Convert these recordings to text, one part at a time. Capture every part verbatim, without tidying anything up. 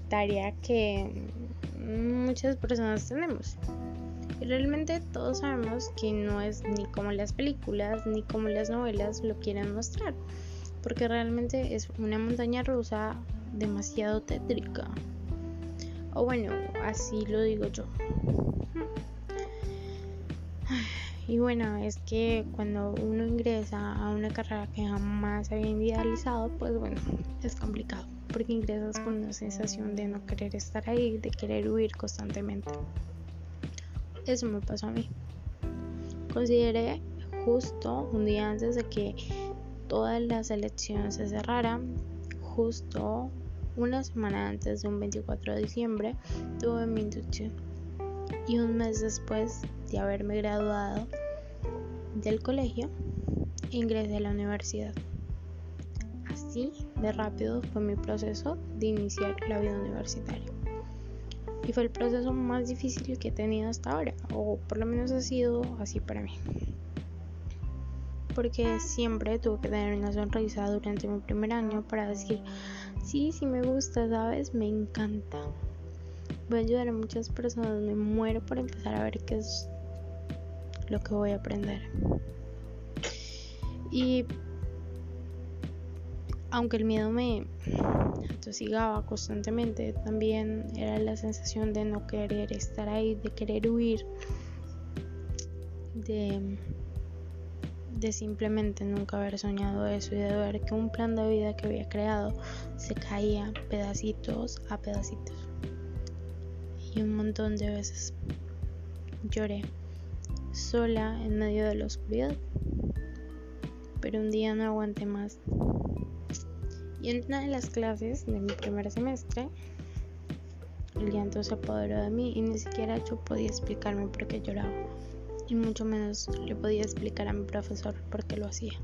universitaria que muchas personas tenemos. Y realmente todos sabemos que no es ni como las películas ni como las novelas lo quieren mostrar, porque realmente es una montaña rusa demasiado tétrica. O bueno, así lo digo yo. Y bueno, es que cuando uno ingresa a una carrera que jamás había idealizado, pues bueno, es complicado, porque ingresas con una sensación de no querer estar ahí, de querer huir constantemente. Eso me pasó a mí. Consideré justo un día antes de que toda la selección se cerrara, justo una semana antes de un veinticuatro de diciembre, tuve mi inducción. Y un mes después de haberme graduado del colegio, ingresé a la universidad. Así de rápido fue mi proceso de iniciar la vida universitaria. Y fue el proceso más difícil que he tenido hasta ahora, o por lo menos ha sido así para mí. Porque siempre tuve que tener una sonrisa durante mi primer año para decir, sí, sí me gusta, ¿sabes? Me encanta. Voy a ayudar a muchas personas, me muero por empezar a ver qué es lo que voy a aprender. Y aunque el miedo me atosigaba constantemente, también era la sensación de no querer estar ahí, de querer huir, de, de simplemente nunca haber soñado eso y de ver que un plan de vida que había creado se caía pedacitos a pedacitos. Y un montón de veces lloré sola en medio de la oscuridad, pero un día no aguanté más. Y en una de las clases de mi primer semestre, el llanto se apoderó de mí y ni siquiera yo podía explicarme por qué lloraba, y mucho menos le podía explicar a mi profesor por qué lo hacía.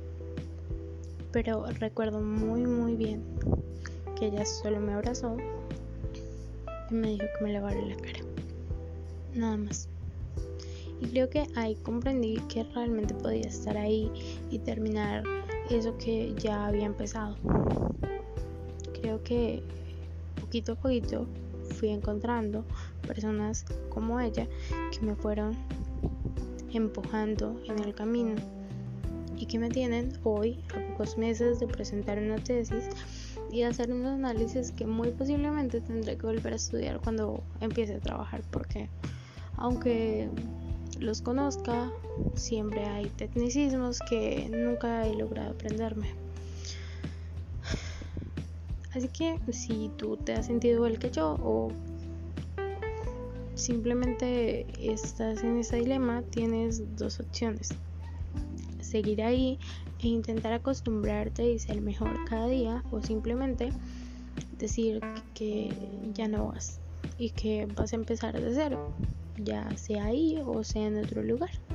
Pero recuerdo muy muy bien que ella solo me abrazó y me dijo que me lavara la cara, nada más. Y creo que ahí comprendí que realmente podía estar ahí y terminar eso que ya había empezado. Creo que poquito a poquito fui encontrando personas como ella que me fueron empujando en el camino y que me tienen hoy a pocos meses de presentar una tesis y hacer unos análisis que muy posiblemente tendré que volver a estudiar cuando empiece a trabajar, porque aunque los conozca, siempre hay tecnicismos que nunca he logrado aprenderme. Así que si tú te has sentido igual que yo o simplemente estás en ese dilema, tienes dos opciones: seguir ahí e intentar acostumbrarte y ser mejor cada día, o simplemente decir que ya no vas y que vas a empezar de cero, ya sea ahí o sea en otro lugar.